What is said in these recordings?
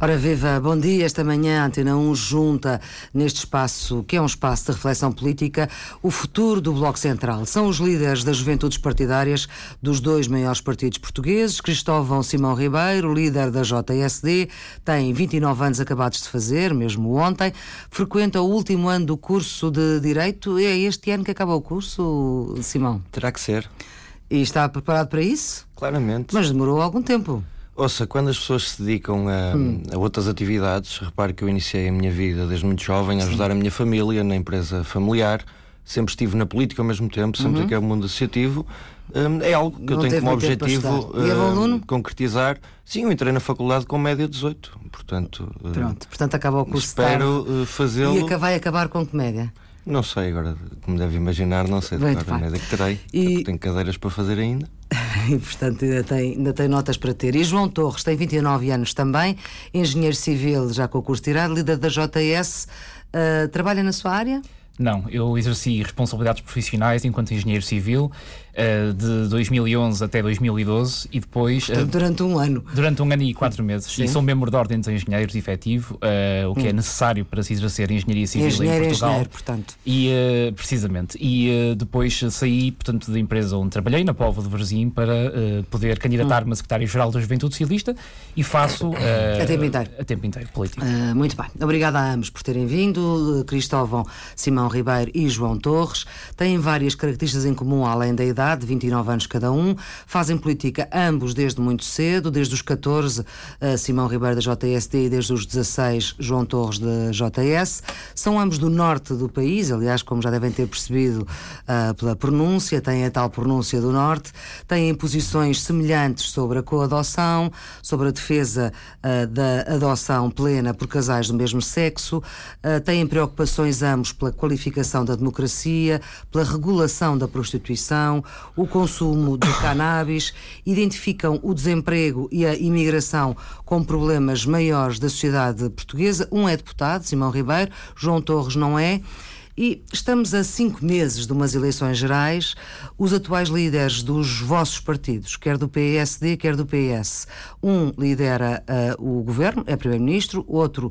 Ora viva, bom dia. Esta manhã a Antena 1 junta neste espaço, que é um espaço de reflexão política, o futuro do Bloco Central. São os líderes das juventudes partidárias dos dois maiores partidos portugueses. Cristóvão Simão Ribeiro, líder da JSD, tem 29 anos acabados de fazer, mesmo ontem. Frequenta o último ano do curso de Direito. É este ano que acaba o curso, Simão? Terá que ser. E está preparado para isso? Claramente. Mas demorou algum tempo. Ouça, quando as pessoas se dedicam a outras atividades, repare que eu iniciei a minha vida desde muito jovem a ajudar a minha família na empresa familiar, sempre estive na política ao mesmo tempo, sempre que é o mundo associativo. É algo que eu tenho como objetivo concretizar. Sim, eu entrei na faculdade com média 18, portanto acaba o curso. Espero fazê-lo. E vai acabar com que média? Não sei, agora, como deve imaginar, não sei de qual a média que terei. Tenho cadeiras para fazer ainda. E, portanto, ainda tem notas para ter. E João Torres tem 29 anos também, engenheiro civil, já com o curso tirado, líder da JS. Trabalha na sua área? Não, eu exerci responsabilidades profissionais enquanto engenheiro civil de 2011 até 2012 e depois... Portanto, durante um ano. Durante um ano e 4 meses. Sim. E sou membro da Ordem dos Engenheiros, efetivo, o que é necessário para se exercer engenharia civil em Portugal. Engenheiro, portanto. E, precisamente. E depois saí, portanto, da empresa onde trabalhei, na Póvoa de Varzim, para poder candidatar-me a secretário-geral da Juventude Socialista e faço... a tempo inteiro, político. Muito bem. Obrigada a ambos por terem vindo. Cristóvão Simão Ribeiro e João Torres têm várias características em comum, além da idade, 29 anos cada um. Fazem política ambos desde muito cedo, desde os 14, Simão Ribeiro da JSD, e desde os 16, João Torres da JS. São ambos do norte do país, aliás, como já devem ter percebido pela pronúncia, têm a tal pronúncia do norte, têm posições semelhantes sobre a coadoção, sobre a defesa da adoção plena por casais do mesmo sexo, têm preocupações ambos pela qualificação da democracia, pela regulação da prostituição, o consumo de cannabis, identificam o desemprego e a imigração como problemas maiores da sociedade portuguesa. Um é deputado, Simão Ribeiro, João Torres não é. E estamos a 5 meses de umas eleições gerais. Os atuais líderes dos vossos partidos, quer do PSD, quer do PS, um lidera o governo, é primeiro-ministro, outro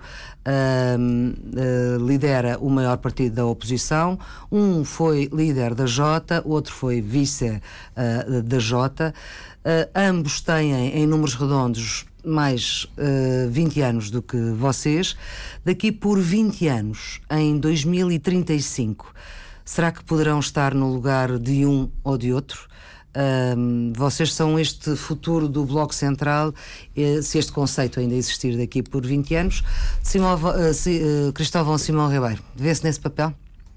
lidera o maior partido da oposição, um foi líder da Jota, outro foi vice da Jota. Ambos têm, em números redondos, mais 20 anos do que vocês. Daqui por 20 anos, em 2035, será que poderão estar no lugar de um ou de outro? Vocês são este futuro do Bloco Central, se este conceito ainda existir daqui por 20 anos. Cristóvão Simão Ribeiro, vê-se nesse papel?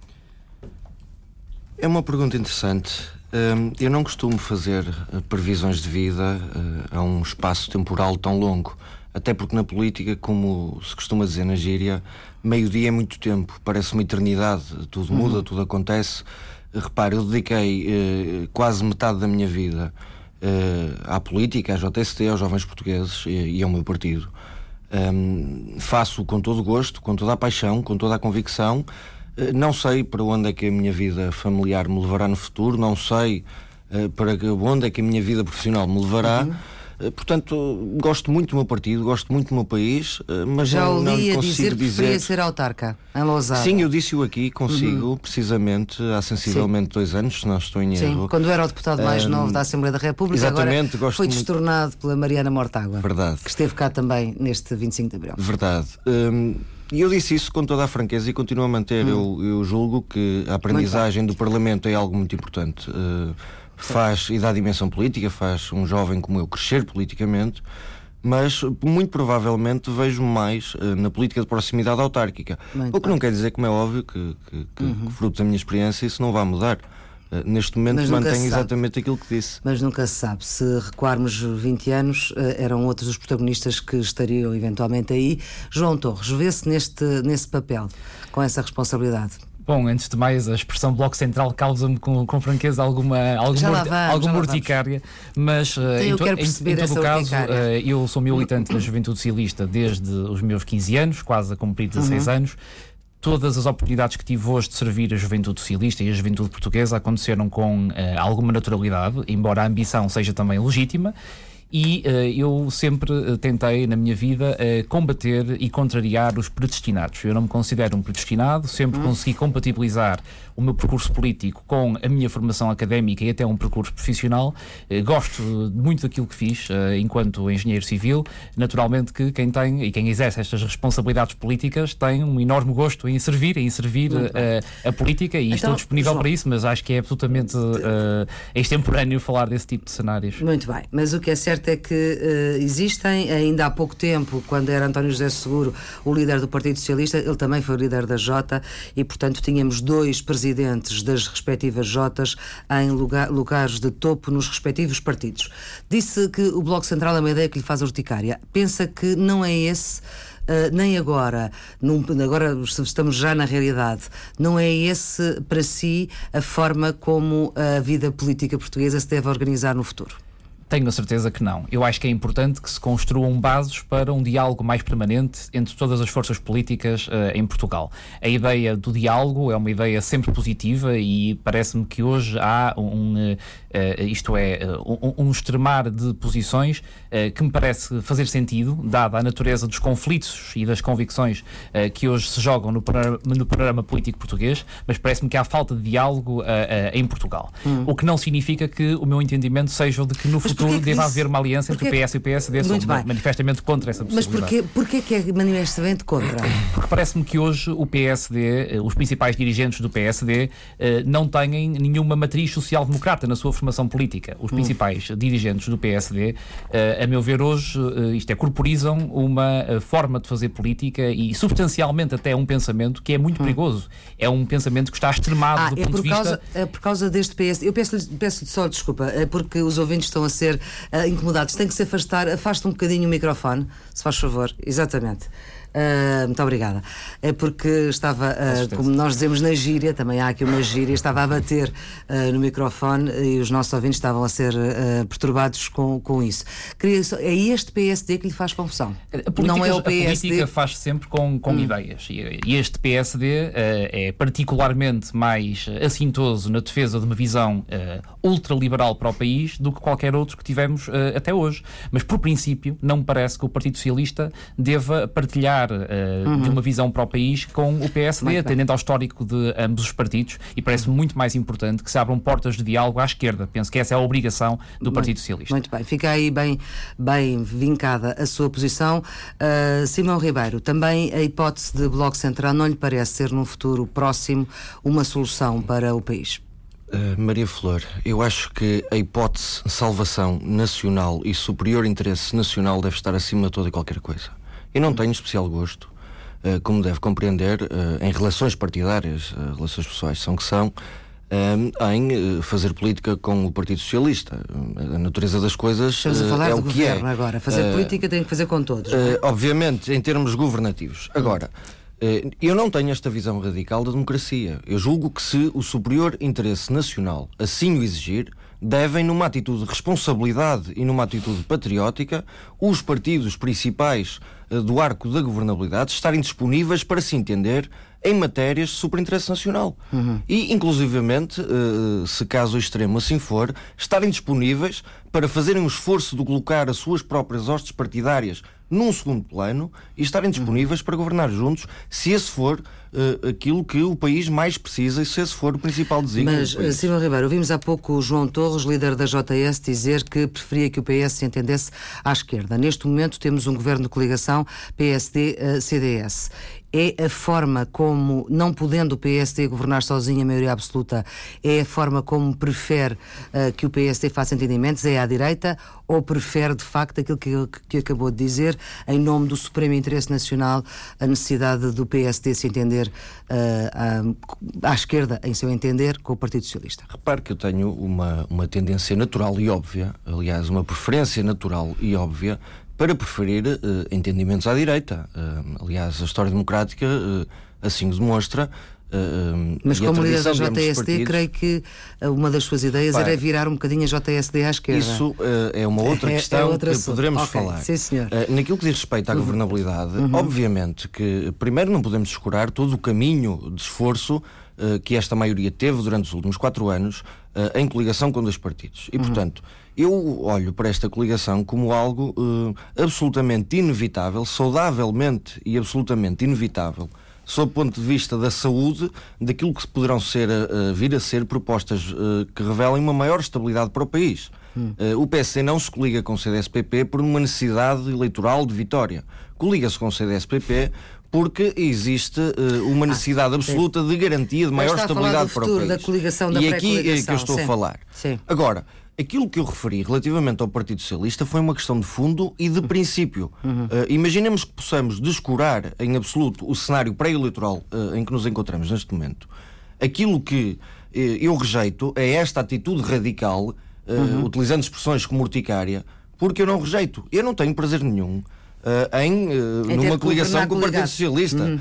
É uma pergunta interessante. Eu não costumo fazer previsões de vida a um espaço temporal tão longo, até porque na política, como se costuma dizer na gíria, meio-dia é muito tempo, parece uma eternidade, tudo muda, tudo acontece. Repare, eu dediquei quase metade da minha vida à política, à JST, aos jovens portugueses e ao meu partido. Faço com todo o gosto, com toda a paixão, com toda a convicção. Não sei para onde é que a minha vida familiar me levará no futuro, não sei para onde é que a minha vida profissional me levará. Portanto, gosto muito do meu partido, gosto muito do meu país, mas já não lhe consigo dizer que preferia ser autarca, em Lousada. Sim, eu disse-o aqui consigo, precisamente, há sensivelmente 2 anos, se não estou em erro. Sim, quando era o deputado mais novo da Assembleia da República, exatamente, agora foi destornado pela Mariana Mortágua. Verdade. Que esteve cá também neste 25 de Abril. Verdade. E eu disse isso com toda a franqueza e continuo a manter. Eu julgo que a aprendizagem do Parlamento é algo muito importante. E dá dimensão política, faz um jovem como eu crescer politicamente, mas muito provavelmente vejo mais na política de proximidade autárquica. O que não quer dizer, como é óbvio, que fruto da minha experiência, isso não vai mudar. Neste momento mantenho exatamente aquilo que disse. Mas nunca se sabe. Se recuarmos 20 anos, eram outros os protagonistas que estariam eventualmente aí. João Torres, vê-se nesse papel, com essa responsabilidade? Bom, antes de mais, a expressão Bloco Central causa-me com franqueza alguma urticária, mas em todo o caso, eu sou militante da Juventude Socialista desde os meus 15 anos, quase a cumprir 16 anos. Todas as oportunidades que tive hoje de servir a Juventude Socialista e a Juventude Portuguesa aconteceram com alguma naturalidade, embora a ambição seja também legítima. e eu sempre tentei na minha vida combater e contrariar os predestinados. Eu não me considero um predestinado, sempre consegui compatibilizar o meu percurso político com a minha formação académica e até um percurso profissional. Gosto muito daquilo que fiz enquanto engenheiro civil. Naturalmente que quem tem e quem exerce estas responsabilidades políticas tem um enorme gosto em servir a política, e então, estou disponível João, para isso, mas acho que é absolutamente extemporâneo falar desse tipo de cenários. Muito bem, mas o que é certo é que existem, ainda há pouco tempo, quando era António José Seguro o líder do Partido Socialista, ele também foi o líder da Jota, e portanto tínhamos 2 presidentes das respectivas Jotas em lugares de topo nos respectivos partidos. Disse que o Bloco Central é uma ideia que lhe faz urticária. Pensa que não é esse, nem agora, agora estamos já na realidade, não é esse para si a forma como a vida política portuguesa se deve organizar no futuro? Tenho a certeza que não. Eu acho que é importante que se construam bases para um diálogo mais permanente entre todas as forças políticas em Portugal. A ideia do diálogo é uma ideia sempre positiva e parece-me que hoje há um extremar de posições que me parece fazer sentido, dada a natureza dos conflitos e das convicções que hoje se jogam no panorama político português, mas parece-me que há falta de diálogo em Portugal. O que não significa que o meu entendimento seja de que no futuro deva haver uma aliança entre o PS e o PSD. Sou manifestamente contra essa possibilidade. Mas porquê que é manifestamente contra? Porque parece-me que hoje o PSD, os principais dirigentes do PSD, não têm nenhuma matriz social-democrata na sua formação política. Os principais dirigentes do PSD, a meu ver hoje, corporizam uma forma de fazer política e substancialmente até um pensamento que é muito perigoso. É um pensamento que está extremado do ponto de vista... É por causa deste PSD. Eu peço só desculpa, porque os ouvintes estão a ser incomodados. Tem que se afastar. Afaste um bocadinho o microfone, se faz favor. Exatamente. Muito obrigada. É porque estava, como nós dizemos na gíria, também há aqui uma gíria, estava a bater no microfone e os nossos ouvintes estavam a ser perturbados com isso. É este PSD que lhe faz confusão? Não é o PSD? A política faz sempre com ideias. E este PSD é particularmente mais assintoso na defesa de uma visão ultraliberal para o país do que qualquer outro que tivemos até hoje. Mas, por princípio, não me parece que o Partido Socialista deva partilhar de uma visão para o país com o PSD, atendendo ao histórico de ambos os partidos, e parece-me muito mais importante que se abram portas de diálogo à esquerda. Penso que essa é a obrigação do Partido Socialista. Muito bem, fica aí bem vincada a sua posição. Simão Ribeiro, também a hipótese de Bloco Central não lhe parece ser num futuro próximo uma solução para o país? Maria Flor, eu acho que a hipótese de salvação nacional e superior interesse nacional deve estar acima de toda e qualquer coisa. Eu não tenho especial gosto, como deve compreender, em relações partidárias, relações pessoais são que são, em fazer política com o Partido Socialista. A natureza das coisas Estamos a falar é do o que governo é. Agora. Fazer política tem que fazer com todos. Obviamente, em termos governativos. Agora, eu não tenho esta visão radical da democracia. Eu julgo que se o superior interesse nacional assim o exigir, devem, numa atitude de responsabilidade e numa atitude patriótica, os partidos principais do arco da governabilidade estarem disponíveis para se entender em matérias de superinteresse nacional. E, inclusivamente, se caso extremo assim for, estarem disponíveis para fazerem um esforço de colocar as suas próprias hostes partidárias num segundo plano e estarem disponíveis para governar juntos, se esse for aquilo que o país mais precisa e se esse for o principal desígnio. Mas, Simão Ribeiro, ouvimos há pouco o João Torres, líder da JS, dizer que preferia que o PS se entendesse à esquerda. Neste momento temos um governo de coligação PSD-CDS. É a forma como, não podendo o PSD governar sozinho a maioria absoluta, é a forma como prefere que o PSD faça entendimentos? É à direita ou prefere de facto aquilo que acabou de dizer, em nome do supremo interesse nacional, a necessidade do PSD se entender à esquerda, em seu entender, com o Partido Socialista? Repare que eu tenho uma tendência natural e óbvia, aliás, uma preferência natural e óbvia para preferir entendimentos à direita. Aliás, a história democrática assim o demonstra. Mas como líder da JSD, creio que uma das suas ideias era virar um bocadinho a JSD à esquerda. Isso é uma outra questão que poderemos falar. Sim, senhor. Naquilo que diz respeito à governabilidade, obviamente que primeiro não podemos descurar todo o caminho de esforço que esta maioria teve durante os últimos 4 anos em coligação com 2 partidos. E, portanto, Eu olho para esta coligação como algo absolutamente inevitável, saudavelmente e absolutamente inevitável, sob o ponto de vista da saúde, daquilo que poderão vir a ser propostas que revelem uma maior estabilidade para o país. O PSD não se coliga com o CDS-PP por uma necessidade eleitoral de vitória. Coliga-se com o CDS-PP porque existe uma necessidade absoluta de garantia de maior estabilidade para o país. Da coligação, da e aqui é que eu estou a falar. Sim. Agora, aquilo que eu referi relativamente ao Partido Socialista foi uma questão de fundo e de princípio. Imaginemos que possamos descurar em absoluto o cenário pré-eleitoral em que nos encontramos neste momento. Aquilo que eu rejeito é esta atitude radical, utilizando expressões como urticária, porque eu não rejeito. Eu não tenho prazer nenhum numa coligação com o Partido Socialista.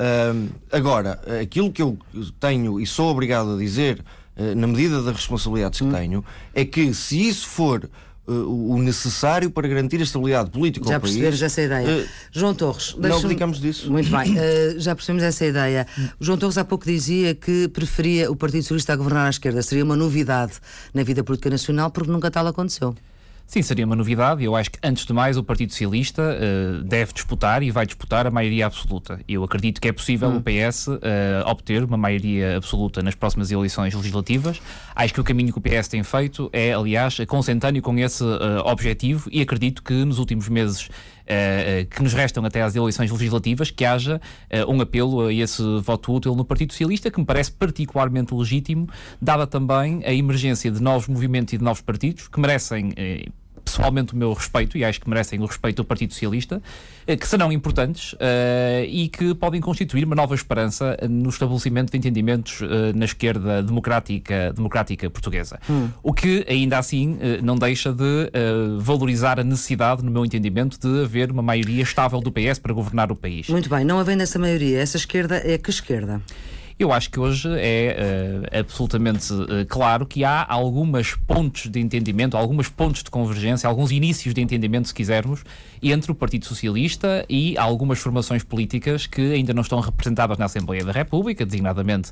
Agora, aquilo que eu tenho e sou obrigado a dizer, na medida das responsabilidades que tenho, é que se isso for o necessário para garantir a estabilidade política ao país... Já percebemos essa ideia. João Torres... Não abdicamos disso. Muito bem. Já percebemos essa ideia. O João Torres há pouco dizia que preferia o Partido Socialista a governar à esquerda. Seria uma novidade na vida política nacional, porque nunca tal aconteceu. Sim, seria uma novidade. Eu acho que, antes de mais, o Partido Socialista deve disputar e vai disputar a maioria absoluta. Eu acredito que é possível o PS obter uma maioria absoluta nas próximas eleições legislativas. Acho que o caminho que o PS tem feito é, aliás, consentâneo com esse objetivo, e acredito que nos últimos meses que nos restam até às eleições legislativas, que haja um apelo a esse voto útil no Partido Socialista, que me parece particularmente legítimo, dada também a emergência de novos movimentos e de novos partidos, que merecem pessoalmente o meu respeito, e acho que merecem o respeito do Partido Socialista, que serão importantes e que podem constituir uma nova esperança no estabelecimento de entendimentos na esquerda democrática portuguesa. O que, ainda assim, não deixa de valorizar a necessidade, no meu entendimento, de haver uma maioria estável do PS para governar o país. Muito bem, não havendo essa maioria, essa esquerda é que esquerda? Eu acho que hoje é absolutamente claro que há algumas pontes de entendimento, alguns pontos de convergência, alguns inícios de entendimento, se quisermos, entre o Partido Socialista e algumas formações políticas que ainda não estão representadas na Assembleia da República, designadamente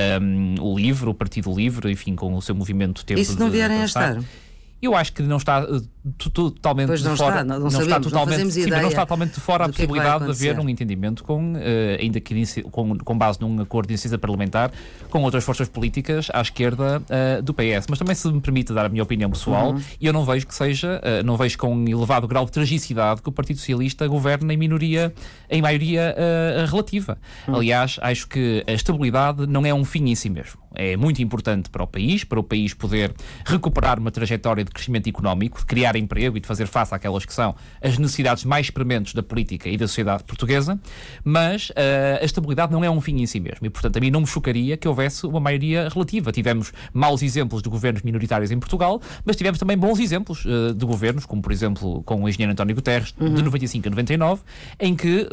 o LIVRE, o Partido Livre, enfim, com o seu movimento Tempo de Avançar. E se não vierem a estar? Eu acho que não está totalmente de fora. Não está totalmente de fora a possibilidade de haver um entendimento ainda que com base num acordo de iniciativa parlamentar com outras forças políticas à esquerda do PS. Mas também, se me permite dar a minha opinião pessoal, eu não vejo que seja, não vejo com um elevado grau de tragicidade que o Partido Socialista governe em maioria relativa. Aliás, acho que a estabilidade não é um fim em si mesmo. É muito importante para o país poder recuperar uma trajetória de crescimento económico, de criar emprego e de fazer face àquelas que são as necessidades mais prementes da política e da sociedade portuguesa, mas a estabilidade não é um fim em si mesmo e, portanto, a mim não me chocaria que houvesse uma maioria relativa. Tivemos maus exemplos de governos minoritários em Portugal, mas tivemos também bons exemplos de governos, como, por exemplo, com o engenheiro António Guterres, de 95 a 99, em que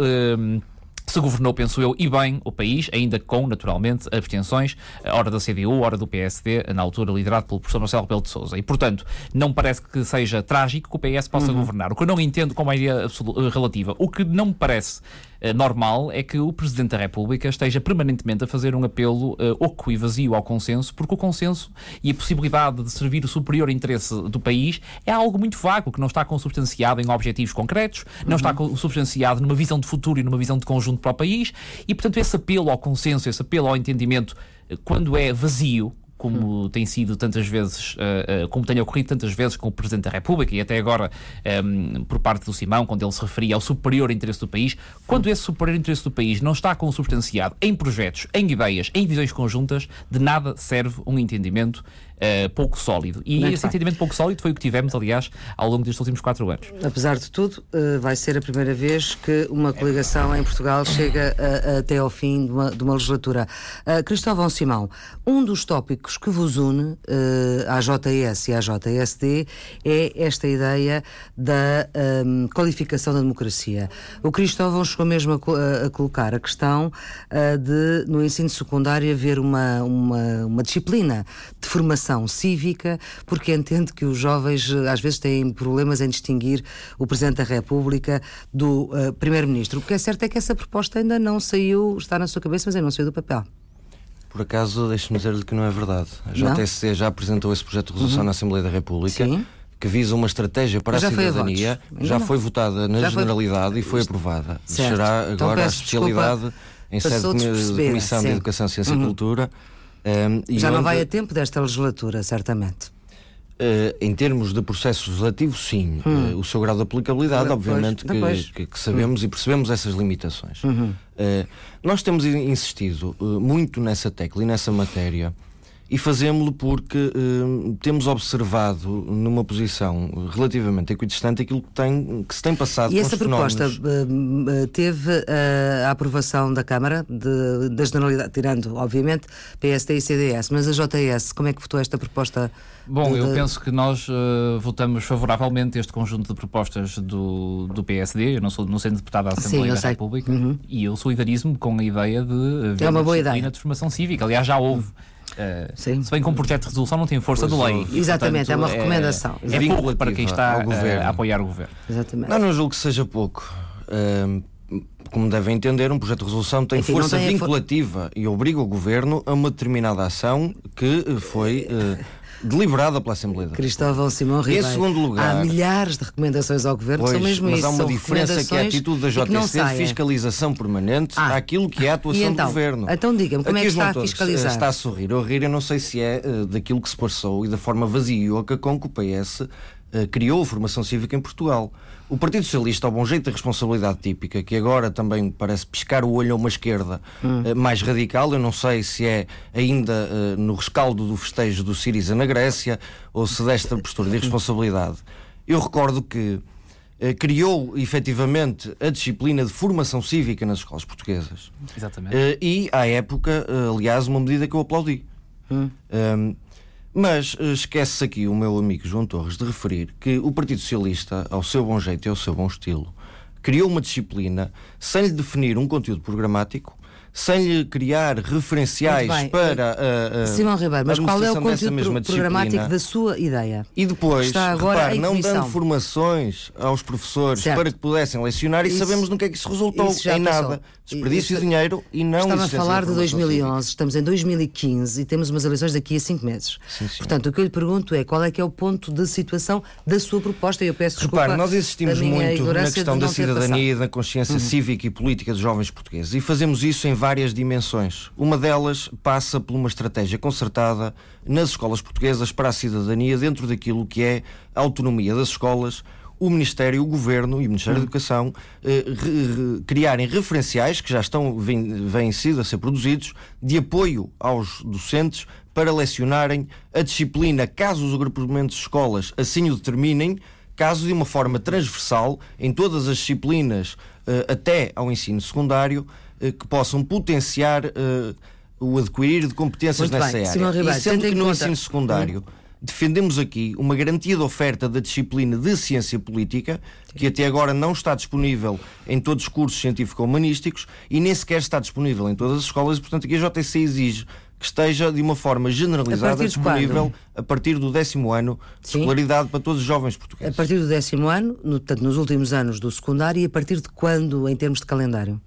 se governou, penso eu, e bem o país, ainda com, naturalmente, abstenções, ora da CDU, ora do PSD, na altura liderado pelo professor Marcelo Rebelo de Sousa. E, portanto, não me parece que seja trágico que o PS possa governar. O que eu não entendo com maioria relativa, o que não me parece normal é que o Presidente da República esteja permanentemente a fazer um apelo oco e vazio ao consenso, porque o consenso e a possibilidade de servir o superior interesse do país é algo muito vago, que não está consubstanciado em objetivos concretos, não está consubstanciado numa visão de futuro e numa visão de conjunto para o país, e, portanto, esse apelo ao consenso, esse apelo ao entendimento, quando é vazio, como tem sido tantas vezes, como tem ocorrido tantas vezes com o Presidente da República e até agora por parte do Simão, quando ele se referia ao superior interesse do país, quando esse superior interesse do país não está consubstanciado em projetos, em ideias, em visões conjuntas, de nada serve um entendimento pouco sólido. E esse entendimento pouco sólido foi o que tivemos, aliás, ao longo destes últimos 4 anos. Apesar de tudo, vai ser a primeira vez que uma coligação em Portugal chega até ao fim de uma legislatura. Cristóvão Simão, um dos tópicos que vos une à JS e à JSD é esta ideia da qualificação da democracia. O Cristóvão chegou mesmo a colocar a questão de, no ensino secundário, haver uma disciplina de formação cívica, porque entende que os jovens às vezes têm problemas em distinguir o Presidente da República do Primeiro-Ministro. O que é certo é que essa proposta ainda não saiu, está na sua cabeça, mas ainda não saiu do papel. Por acaso, deixe-me dizer-lhe que não é verdade. A JSC já apresentou esse projeto de resolução na Assembleia da República. Sim. que visa uma estratégia para a cidadania, já foi votada na generalidade e foi aprovada. Será agora a especialidade em sede de Comissão de Educação, Ciência e Cultura. Já não vai a tempo desta legislatura, certamente. Em termos de processo legislativo, sim. O seu grau de aplicabilidade, obviamente, que sabemos e percebemos essas limitações. Nós temos insistido muito nessa tecla e nessa matéria, e fazemos-lo porque temos observado numa posição relativamente equidistante aquilo que se tem passado com os fenómenos. E essa proposta teve a aprovação da Câmara, da Generalidade, tirando, obviamente, PSD e CDS, mas a JS, como é que votou esta proposta? Bom, eu penso que nós votamos favoravelmente este conjunto de propostas do PSD. Eu não sou deputado da Assembleia da República e eu solidarizo-me com a ideia de haver uma disciplina de formação cívica. Aliás, já houve. Se bem que um projeto de resolução não tem força de lei. Exatamente, portanto, é uma recomendação. É pouco para quem está a apoiar o governo. Exatamente. Não julgo que seja pouco. Como devem entender, um projeto de resolução tem força vinculativa e obriga o governo a uma determinada ação que foi deliberada pela Assembleia da República. Cristóvão Simão Ribeiro. Em segundo lugar, há milhares de recomendações ao governo que são mesmo mas isso. Mas há uma diferença que é a atitude da JTC de fiscalização permanente àquilo que é a atuação do governo. Então diga-me, como é que está a fiscalizar? Está a sorrir ou a rir, eu não sei se é daquilo que se passou e da forma vazia e oca com que o PS criou a formação cívica em Portugal. O Partido Socialista, ao bom jeito da responsabilidade típica, que agora também parece piscar o olho a uma esquerda mais radical, eu não sei se é ainda no rescaldo do festejo do Siriza na Grécia ou se desta postura de irresponsabilidade. Eu recordo que criou efetivamente a disciplina de formação cívica nas escolas portuguesas. Exatamente. E à época, aliás, uma medida que eu aplaudi. Mas esquece-se aqui o meu amigo João Torres de referir que o Partido Socialista, ao seu bom jeito e ao seu bom estilo, criou uma disciplina sem lhe definir um conteúdo programático, sem lhe criar referenciais para Simão Ribeiro, mas qual é o conteúdo programático da sua ideia? E depois, repare, não dando formações aos professores para que pudessem lecionar, e sabemos no que é que isso resultou. Em nada. Desperdício de dinheiro e não Estava a falar de 2011, estamos em 2015 e temos umas eleições daqui a 5 meses. Sim. Portanto, o que eu lhe pergunto é qual é que é o ponto de situação da sua proposta, e eu peço desculpa. Repare, nós insistimos muito na questão da cidadania e da consciência cívica e política dos jovens portugueses, e fazemos isso em várias dimensões. Uma delas passa por uma estratégia concertada nas escolas portuguesas para a cidadania, dentro daquilo que é a autonomia das escolas, o Ministério, o Governo e o Ministério da Educação criarem referenciais que já vêm sido a ser produzidos de apoio aos docentes para lecionarem a disciplina, caso os agrupamentos de escolas assim o determinem, caso de uma forma transversal em todas as disciplinas até ao ensino secundário, que possam potenciar o adquirir de competências nessa área. E sendo que no ensino secundário defendemos aqui uma garantia de oferta da disciplina de ciência política, que até agora não está disponível em todos os cursos científico-humanísticos e nem sequer está disponível em todas as escolas, e portanto aqui a JTC exige que esteja de uma forma generalizada disponível a partir do 10º ano de escolaridade para todos os jovens portugueses. A partir do 10º ano, portanto nos últimos anos do secundário, e a partir de quando em termos de calendário?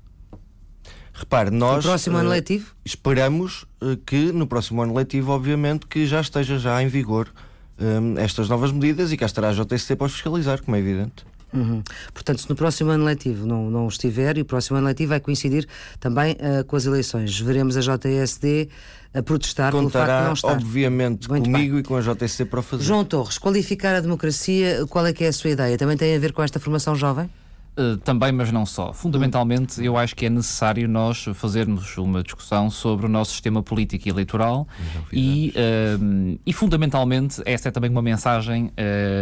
Repare, nós no próximo ano letivo? Esperamos que no próximo ano letivo, obviamente, que já esteja já em vigor estas novas medidas, e cá estará a JTC para os fiscalizar, como é evidente. Portanto, se no próximo ano letivo não estiver, e o próximo ano letivo vai coincidir também com as eleições, veremos a JSD a protestar pelo facto de não estar. Obviamente, comigo e com a JSC para o fazer. João Torres, qualificar a democracia, qual é que é a sua ideia? Também tem a ver com esta formação jovem? Também, mas não só. Fundamentalmente, eu acho que é necessário nós fazermos uma discussão sobre o nosso sistema político e eleitoral e fundamentalmente, esta é também uma mensagem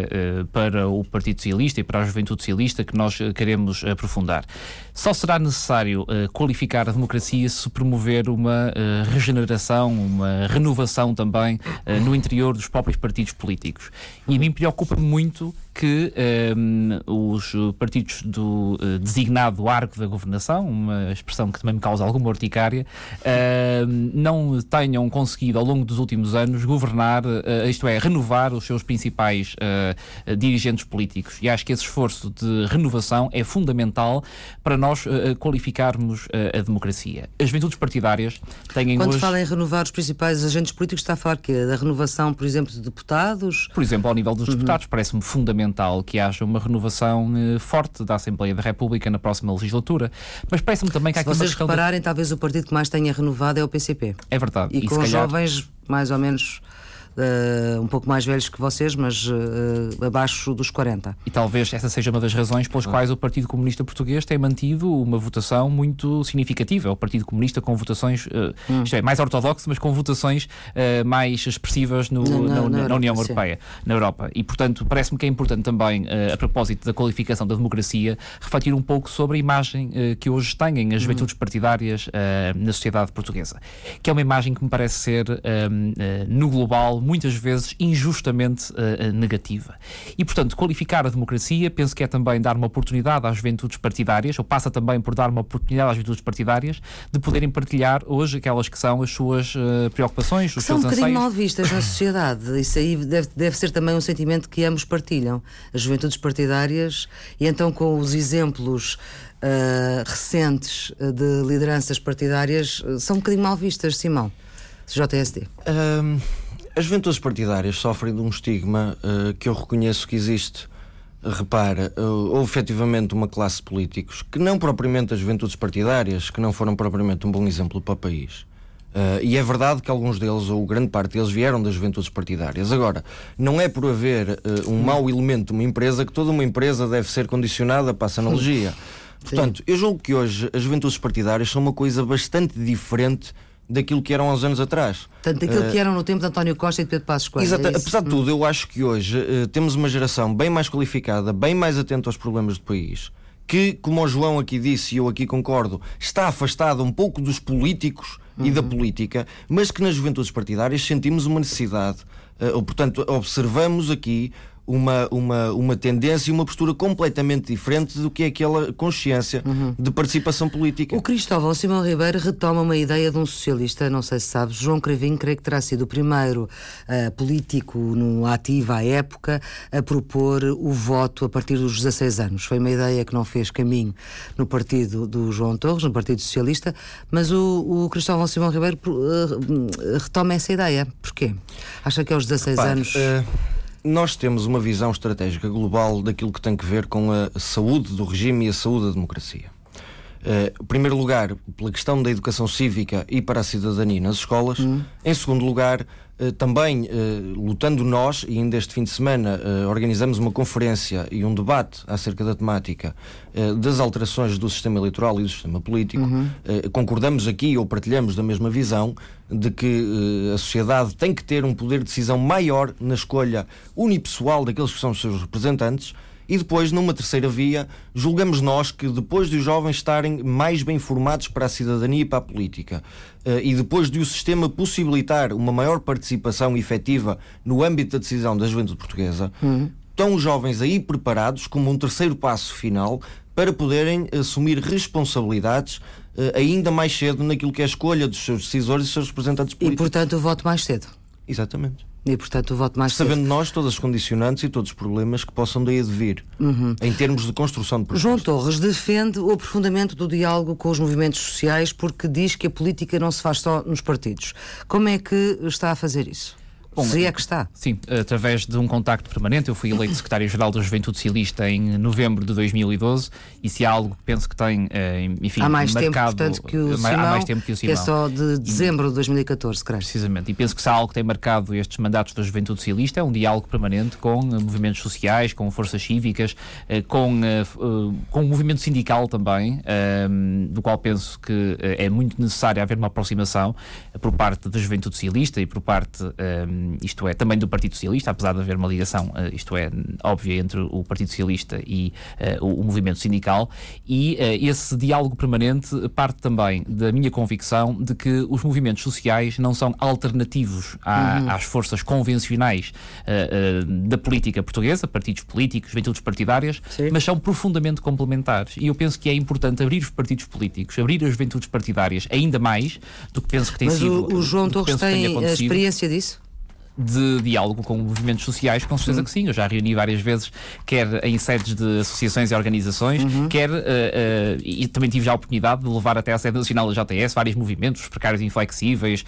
para o Partido Socialista e para a Juventude Socialista que nós queremos aprofundar. Só será necessário qualificar a democracia se promover uma regeneração, uma renovação também no interior dos próprios partidos políticos. E a mim preocupa-me muito que os partidos do designado arco da governação, uma expressão que também me causa alguma urticária, não tenham conseguido ao longo dos últimos anos governar, isto é, renovar os seus principais dirigentes políticos. E acho que esse esforço de renovação é fundamental para nós qualificarmos a democracia. As juventudes partidárias têm Quando hoje... fala em renovar os principais agentes políticos, está a falar que da renovação, por exemplo, de deputados? Por exemplo, ao nível dos deputados, parece-me fundamental que haja uma renovação forte da Assembleia da República na próxima legislatura. Mas parece-me também que há aqui uma questão... Se vocês repararem, talvez o partido que mais tenha renovado é o PCP. É verdade. E com jovens mais ou menos... um pouco mais velhos que vocês, mas abaixo dos 40. E talvez essa seja uma das razões pelas quais o Partido Comunista Português tem mantido uma votação muito significativa. O Partido Comunista com votações, isto é, mais ortodoxo, mas com votações mais expressivas na União Europeia, na Europa. E, portanto, parece-me que é importante também, a propósito da qualificação da democracia, refletir um pouco sobre a imagem que hoje têm as juventudes partidárias na sociedade portuguesa. Que é uma imagem que me parece ser, no global, muitas vezes injustamente negativa. E, portanto, qualificar a democracia, penso que é também dar uma oportunidade às juventudes partidárias, ou passa também por dar uma oportunidade às juventudes partidárias de poderem partilhar hoje aquelas que são as suas preocupações, os seus anseios. São um bocadinho mal vistas na sociedade. Isso aí deve ser também um sentimento que ambos partilham. As juventudes partidárias, e então com os exemplos recentes de lideranças partidárias, são um bocadinho mal vistas, Simão. JSD. As juventudes partidárias sofrem de um estigma que eu reconheço que existe. Repara, houve efetivamente uma classe de políticos que não propriamente as juventudes partidárias, que não foram propriamente um bom exemplo para o país. E é verdade que alguns deles, ou grande parte deles, vieram das juventudes partidárias. Agora, não é por haver um mau elemento de uma empresa que toda uma empresa deve ser condicionada para essa analogia. Portanto, eu julgo que hoje as juventudes partidárias são uma coisa bastante diferente daquilo que eram há uns anos atrás. Tanto daquilo que eram no tempo de António Costa e de Pedro Passos Coelho. Exato. Apesar de tudo, eu acho que hoje temos uma geração bem mais qualificada, bem mais atenta aos problemas do país, que, como o João aqui disse, e eu aqui concordo, está afastada um pouco dos políticos e da política, mas que nas juventudes partidárias sentimos uma necessidade, ou portanto observamos aqui uma tendência e uma postura completamente diferente do que é aquela consciência de participação política. O Cristóvão Simão Ribeiro retoma uma ideia de um socialista, não sei se sabes, João Cravinho, creio que terá sido o primeiro político no ativo à época a propor o voto a partir dos 16 anos. Foi uma ideia que não fez caminho no partido do João Torres, no Partido Socialista, mas o Cristóvão Simão Ribeiro retoma essa ideia. Porquê? Acha que aos 16 anos... Nós temos uma visão estratégica global daquilo que tem que ver com a saúde do regime e a saúde da democracia. Em primeiro lugar, pela questão da educação cívica e para a cidadania nas escolas. Em segundo lugar, também lutando nós, e ainda este fim de semana organizamos uma conferência e um debate acerca da temática das alterações do sistema eleitoral e do sistema político. Concordamos aqui, ou partilhamos da mesma visão, de que a sociedade tem que ter um poder de decisão maior na escolha unipessoal daqueles que são os seus representantes. E depois, numa terceira via, julgamos nós que depois de os jovens estarem mais bem formados para a cidadania e para a política, e depois de o sistema possibilitar uma maior participação efetiva no âmbito da decisão da juventude portuguesa, estão os jovens aí preparados como um terceiro passo final para poderem assumir responsabilidades ainda mais cedo naquilo que é a escolha dos seus decisores e dos seus representantes políticos. E, portanto, o voto mais cedo. Exatamente. E, portanto, o voto mais sabendo nós todas as condicionantes e todos os problemas que possam daí advir, em termos de construção de propostas. João Torres defende o aprofundamento do diálogo com os movimentos sociais porque diz que a política não se faz só nos partidos. Como é que está a fazer isso? Bom, se é que está. Sim, através de um contacto permanente. Eu fui eleito secretário-geral da Juventude Socialista em novembro de 2012 e se há algo que penso que tem, enfim, há mais marcado... tempo, portanto, que o Simão, há mais tempo que o Simão. Que é só de dezembro de 2014, creio. Precisamente. E penso que se há algo que tem marcado estes mandatos da Juventude Socialista é um diálogo permanente com movimentos sociais, com forças cívicas, com o movimento sindical também, do qual penso que é muito necessário haver uma aproximação por parte da Juventude Socialista e por parte isto é, também do Partido Socialista, apesar de haver uma ligação, isto é, óbvia entre o Partido Socialista e o movimento sindical, e esse diálogo permanente parte também da minha convicção de que os movimentos sociais não são alternativos às forças convencionais da política portuguesa, partidos políticos, juventudes partidárias, sim, mas são profundamente complementares. E eu penso que é importante abrir os partidos políticos, abrir as juventudes partidárias ainda mais do que penso que tem sido. Mas o João Torres tem a experiência disso? De diálogo com movimentos sociais, com certeza que sim. Eu já reuni várias vezes, quer em sedes de associações e organizações, quer, e também tive já a oportunidade de levar até à sede nacional da JTS vários movimentos, os precários inflexíveis,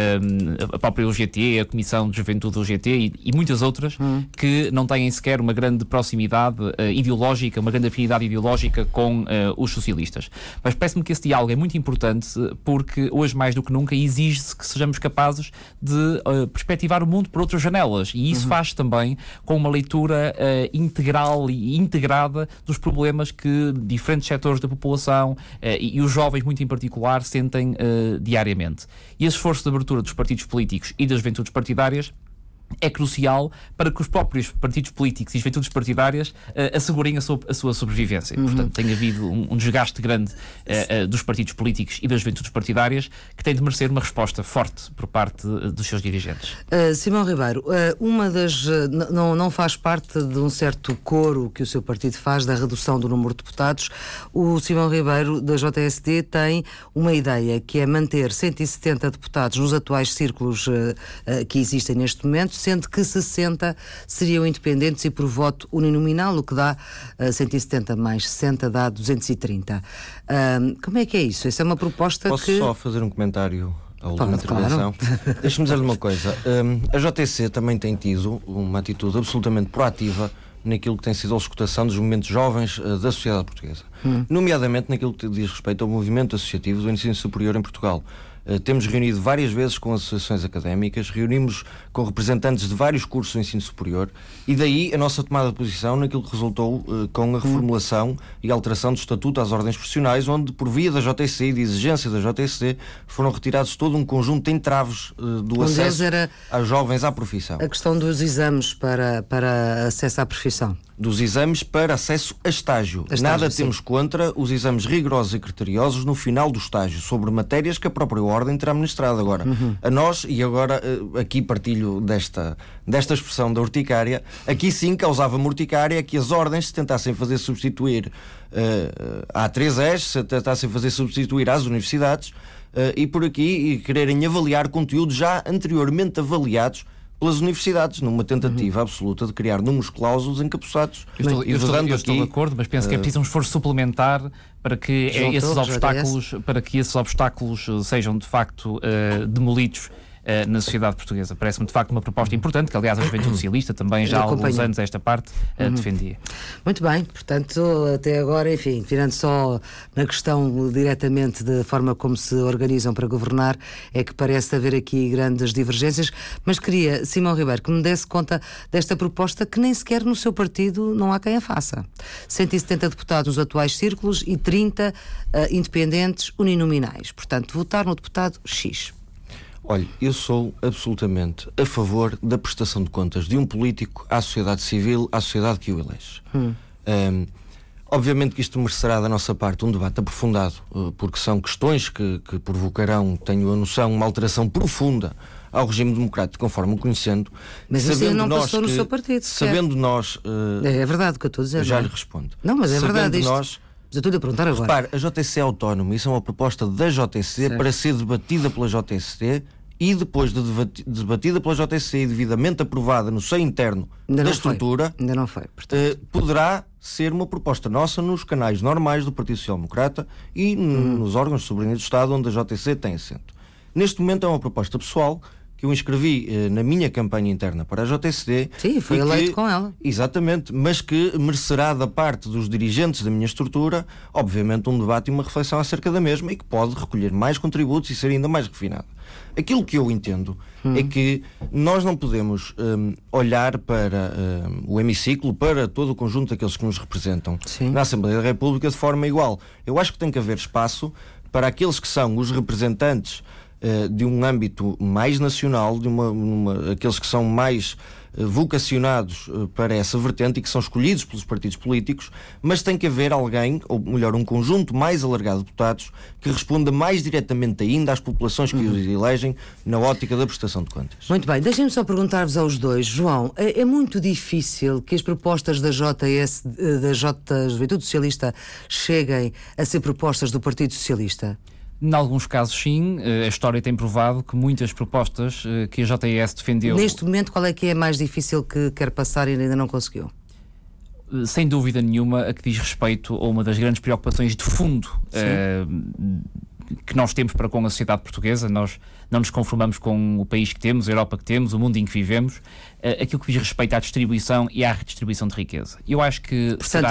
a própria UGT, a Comissão de Juventude da UGT e muitas outras que não têm sequer uma grande proximidade ideológica, uma grande afinidade ideológica com os socialistas. Mas parece-me que esse diálogo é muito importante porque hoje mais do que nunca exige-se que sejamos capazes de perspectivar o mundo por outras janelas, e isso faz também com uma leitura integral e integrada dos problemas que diferentes setores da população e os jovens muito em particular sentem diariamente. E esse esforço de abertura dos partidos políticos e das juventudes partidárias é crucial para que os próprios partidos políticos e juventudes partidárias assegurem a sua sobrevivência. Portanto, tem havido um desgaste grande dos partidos políticos e das juventudes partidárias que tem de merecer uma resposta forte por parte dos seus dirigentes. Simão Ribeiro, uma das não faz parte de um certo coro que o seu partido faz da redução do número de deputados. O Simão Ribeiro, da JSD, tem uma ideia que é manter 170 deputados nos atuais círculos que existem neste momento, sendo que 60 seriam independentes e por voto uninominal, o que dá 170 mais 60 dá 230. Como é que é isso? Essa é uma proposta Posso que... só fazer um comentário à última intervenção? Claro. Deixa-me dizer-lhe uma coisa. A JTC também tem tido uma atitude absolutamente proativa naquilo que tem sido a auscultação dos movimentos jovens da sociedade portuguesa. Nomeadamente naquilo que diz respeito ao movimento associativo do ensino superior em Portugal. Temos reunido várias vezes com associações académicas, reunimos com representantes de vários cursos do ensino superior, e daí a nossa tomada de posição naquilo que resultou com a reformulação e alteração do Estatuto às Ordens Profissionais, onde, por via da JTC e de exigência da JTC, foram retirados todo um conjunto de entraves do acesso aos jovens à profissão. A questão dos exames para acesso à profissão. Dos exames para acesso a estágio. Nada temos contra os exames rigorosos e criteriosos no final do estágio, sobre matérias que a própria Ordem terá ministrado. Agora, a nós, e agora aqui partilho desta expressão da urticária, aqui sim causava-me urticária que as Ordens se tentassem fazer substituir à 3S, se tentassem fazer substituir às universidades e por aqui e quererem avaliar conteúdos já anteriormente avaliados pelas universidades, numa tentativa absoluta de criar números clausos encapuçados. Eu estou de acordo, mas penso que é preciso um esforço suplementar para que esses obstáculos sejam de facto demolidos na sociedade portuguesa. Parece-me de facto uma proposta importante, que aliás a Juventude Socialista também já há alguns anos esta parte defendia. Muito bem, portanto até agora, enfim, tirando só na questão diretamente da forma como se organizam para governar, é que parece haver aqui grandes divergências, mas queria, Simão Ribeiro, que me desse conta desta proposta que nem sequer no seu partido não há quem a faça. 170 deputados nos atuais círculos e 30 independentes uninominais, portanto votar no deputado X. Olha, eu sou absolutamente a favor da prestação de contas de um político à sociedade civil, à sociedade que o elege. Obviamente que isto merecerá da nossa parte um debate aprofundado, porque são questões que provocarão, tenho a noção, uma alteração profunda ao regime democrático, conforme o conhecendo. Mas isso não passou no seu partido. Sabendo nós... É verdade o que eu estou a dizer. Eu já lhe respondo. Não, mas é verdade isto. Nós, mas eu estou-lhe a perguntar agora. Repare, a JTC é autónoma, isso é uma proposta da JTC, certo, para ser debatida pela JTC e depois de debatida pela JTC e devidamente aprovada no seio interno da estrutura, ainda não foi, poderá ser uma proposta nossa nos canais normais do Partido Social Democrata e nos órgãos de soberania do Estado onde a JTC tem assento. Neste momento é uma proposta pessoal que eu inscrevi na minha campanha interna para a JTC. Sim, foi eleito com ela. Exatamente, mas que merecerá da parte dos dirigentes da minha estrutura, obviamente, um debate e uma reflexão acerca da mesma e que pode recolher mais contributos e ser ainda mais refinado. Aquilo que eu entendo é que nós não podemos olhar para o hemiciclo, para todo o conjunto daqueles que nos representam na Assembleia da República de forma igual. Eu acho que tem que haver espaço para aqueles que são os representantes de um âmbito mais nacional, de aqueles que são mais vocacionados para essa vertente e que são escolhidos pelos partidos políticos, mas tem que haver alguém, ou melhor, um conjunto mais alargado de deputados que responda mais diretamente ainda às populações que os elegem na ótica da prestação de contas. Muito bem, deixem-me só perguntar-vos aos dois. João, é muito difícil que as propostas da JS, da Juventude Socialista, cheguem a ser propostas do Partido Socialista? Em alguns casos, sim. A história tem provado que muitas propostas que a JS defendeu... Neste momento, qual é que é a mais difícil que quer passar e ainda não conseguiu? Sem dúvida nenhuma, a que diz respeito a uma das grandes preocupações de fundo que nós temos para com a sociedade portuguesa. Nós não nos conformamos com o país que temos, a Europa que temos, o mundo em que vivemos, aquilo que diz respeito à distribuição e à redistribuição de riqueza. Eu acho que... Portanto,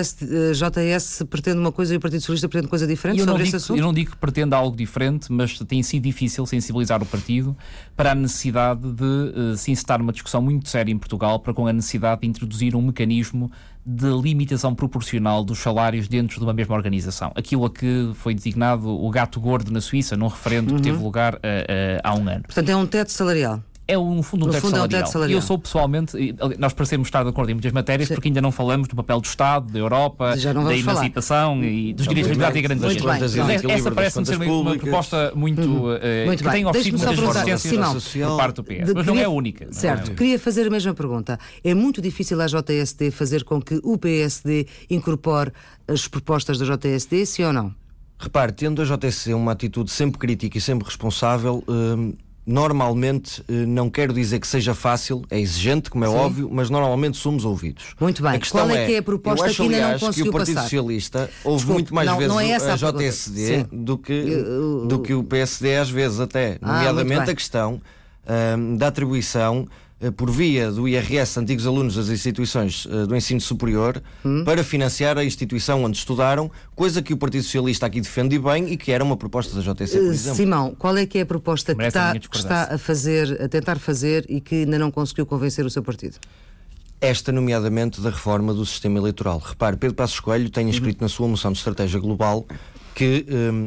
a JS pretende uma coisa e o Partido Socialista pretende coisa diferente sobre esse assunto? Eu não digo que pretenda algo diferente, mas tem sido difícil sensibilizar o partido para a necessidade de se incitar uma discussão muito séria em Portugal para com a necessidade de introduzir um mecanismo de limitação proporcional dos salários dentro de uma mesma organização. Aquilo a que foi designado o gato gordo na Suíça, num referendo que teve lugar há um ano. Portanto, é um teto salarial. É, no fundo, um teto salarial. E eu sou pessoalmente, nós parecemos estar de acordo em muitas matérias, porque ainda não falamos do papel do Estado, da Europa, da emancipação e dos direitos, liberdade e garantias. Essa parece-me ser uma proposta muito que tem oferecido muitas resistências por parte do PS, mas não é a única. Certo, queria fazer a mesma pergunta. É muito difícil à JSD fazer com que o PSD incorpore as propostas da JSD, sim ou não? Repare, tendo a JSD uma atitude sempre crítica e sempre responsável, normalmente, não quero dizer que seja fácil, é exigente, como é óbvio, mas normalmente somos ouvidos. Muito bem. Qual é que é a proposta que ainda não conseguiu passar? Que o Partido Socialista ouve muito mais vezes a JSD do que o PSD às vezes até, nomeadamente a questão da atribuição por via do IRS antigos alunos das instituições do ensino superior para financiar a instituição onde estudaram, coisa que o Partido Socialista aqui defende bem e que era uma proposta da JSD, por exemplo. Simão, qual é que é a proposta que está a tentar fazer e que ainda não conseguiu convencer o seu partido? Esta, nomeadamente, da reforma do sistema eleitoral. Repare, Pedro Passos Coelho tem escrito na sua moção de estratégia global que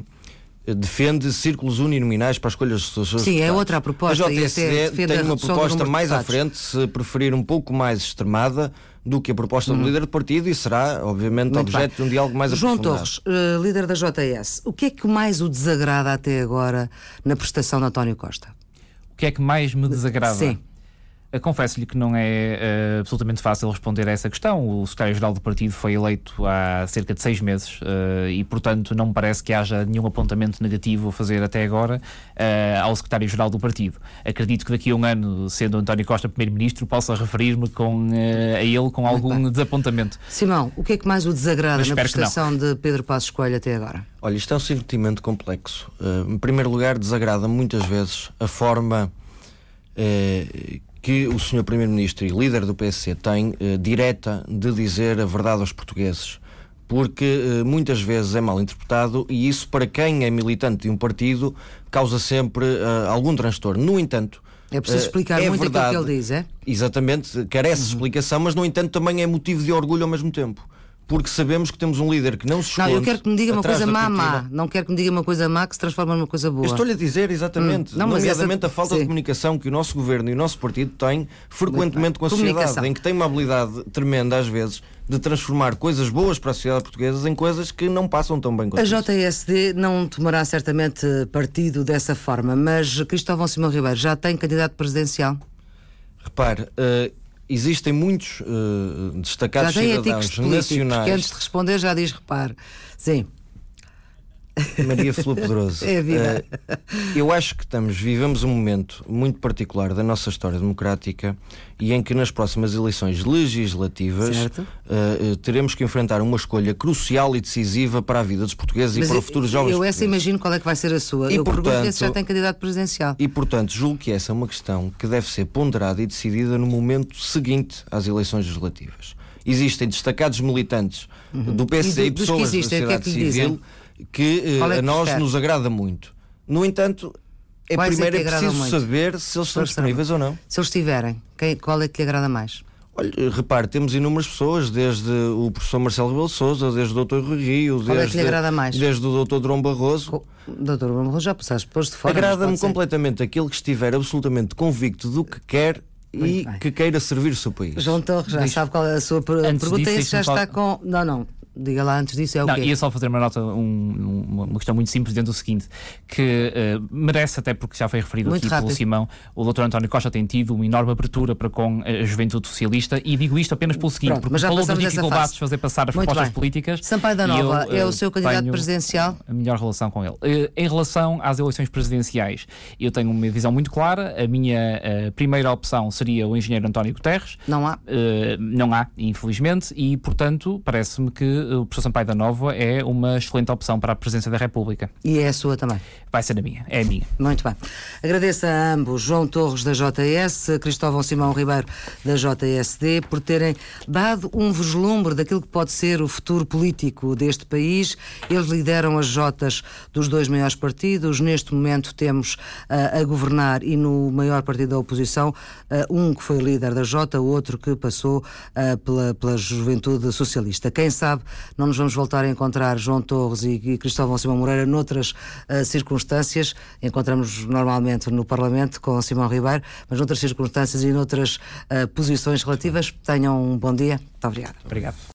defende círculos uninominais para as escolhas dos seus deputados. Sim, é outra proposta. A JSD tem uma proposta mais à frente, se preferir um pouco mais extremada do que a proposta do líder do partido, e será, obviamente, objeto de um diálogo mais aprofundado. João Torres, líder da JS, o que é que mais o desagrada até agora na prestação de António Costa? O que é que mais me desagrada? Sim. Confesso-lhe que não é absolutamente fácil responder a essa questão. O secretário-geral do partido foi eleito há cerca de 6 meses e, portanto, não me parece que haja nenhum apontamento negativo a fazer até agora ao secretário-geral do partido. Acredito que daqui a um ano, sendo António Costa primeiro-ministro, possa referir-me a ele com algum desapontamento. Simão, o que é que mais o desagrada na prestação de Pedro Passos Coelho até agora? Olha, isto é um sentimento complexo. Em primeiro lugar, desagrada muitas vezes a forma que o Sr. Primeiro-Ministro e líder do PSC tem direta de dizer a verdade aos portugueses, porque muitas vezes é mal interpretado e isso, para quem é militante de um partido, causa sempre algum transtorno. No entanto, é preciso explicar muito aquilo que ele diz, é? Exatamente, carece de explicação, mas no entanto também é motivo de orgulho ao mesmo tempo. Porque sabemos que temos um líder que não se esconde. Não, eu quero que me diga uma coisa má. Não quero que me diga uma coisa má que se transforma numa coisa boa. Eu estou-lhe a dizer, exatamente. Nomeadamente a falta de comunicação que o nosso governo e o nosso partido têm frequentemente com a sociedade, em que tem uma habilidade tremenda, às vezes, de transformar coisas boas para a sociedade portuguesa em coisas que não passam tão bem quanto isso. A JSD não tomará certamente partido dessa forma, mas Cristóvão Simão Ribeiro já tem candidato presidencial? Repare, existem muitos destacados cidadãos nacionais. Que antes de responder já diz repare. Sim. Maria Flor Pedroso. É a vida. Eu acho que vivemos um momento muito particular da nossa história democrática e em que nas próximas eleições legislativas teremos que enfrentar uma escolha crucial e decisiva para a vida dos portugueses e para o futuro dos jovens portugueses. Eu imagino qual é que vai ser a sua. Eu pergunto se já tem candidato presidencial. E, portanto, julgo que essa é uma questão que deve ser ponderada e decidida no momento seguinte às eleições legislativas. Existem destacados militantes do PSD e pessoas da sociedade civil que a nós nos agrada muito. No entanto, primeiro é preciso saber se eles estão disponíveis ou não. Se eles estiverem, qual é que lhe agrada mais? Olha, repare, temos inúmeras pessoas, desde o professor Marcelo Rebelo de Sousa, desde o Dr. Rui Rio, qual é que lhe agrada mais? Desde o Dr. Durão Barroso. Dr. Durão Barroso já passaste depois de fora. Agrada-me completamente aquele que estiver absolutamente convicto do que quer e que queira servir o seu país. João Torres, já sabe qual é a sua pergunta, e já está com... Não. Diga lá antes disso, Não, ia só fazer uma nota, uma questão muito simples dentro do seguinte, que merece, até porque já foi referido muito aqui rápido pelo Simão, o Dr. António Costa tem tido uma enorme abertura para com a juventude socialista, e digo isto apenas pelo seguinte, porque falou das dificuldades de fazer passar as propostas políticas. Sampaio da Nova é o seu candidato presidencial? A melhor relação com ele. Em relação às eleições presidenciais, eu tenho uma visão muito clara. A minha primeira opção seria o engenheiro António Guterres. Não há? Não há, infelizmente, e portanto parece-me que o professor Sampaio da Nova é uma excelente opção para a presidência da República. E é a sua também? Vai ser a minha, é a minha. Muito bem. Agradeço a ambos, João Torres da JS, Cristóvão Simão Ribeiro da JSD, por terem dado um vislumbre daquilo que pode ser o futuro político deste país. Eles lideram as Jotas dos dois maiores partidos. Neste momento temos a governar, e no maior partido da oposição, um que foi líder da Jota, o outro que passou pela Juventude Socialista. Quem sabe não nos vamos voltar a encontrar, João Torres e Cristóvão Simão Moreira, noutras circunstâncias. Encontramos normalmente no Parlamento com Simão Ribeiro, mas noutras circunstâncias e noutras posições relativas. Tenham um bom dia. Muito obrigado. Obrigado.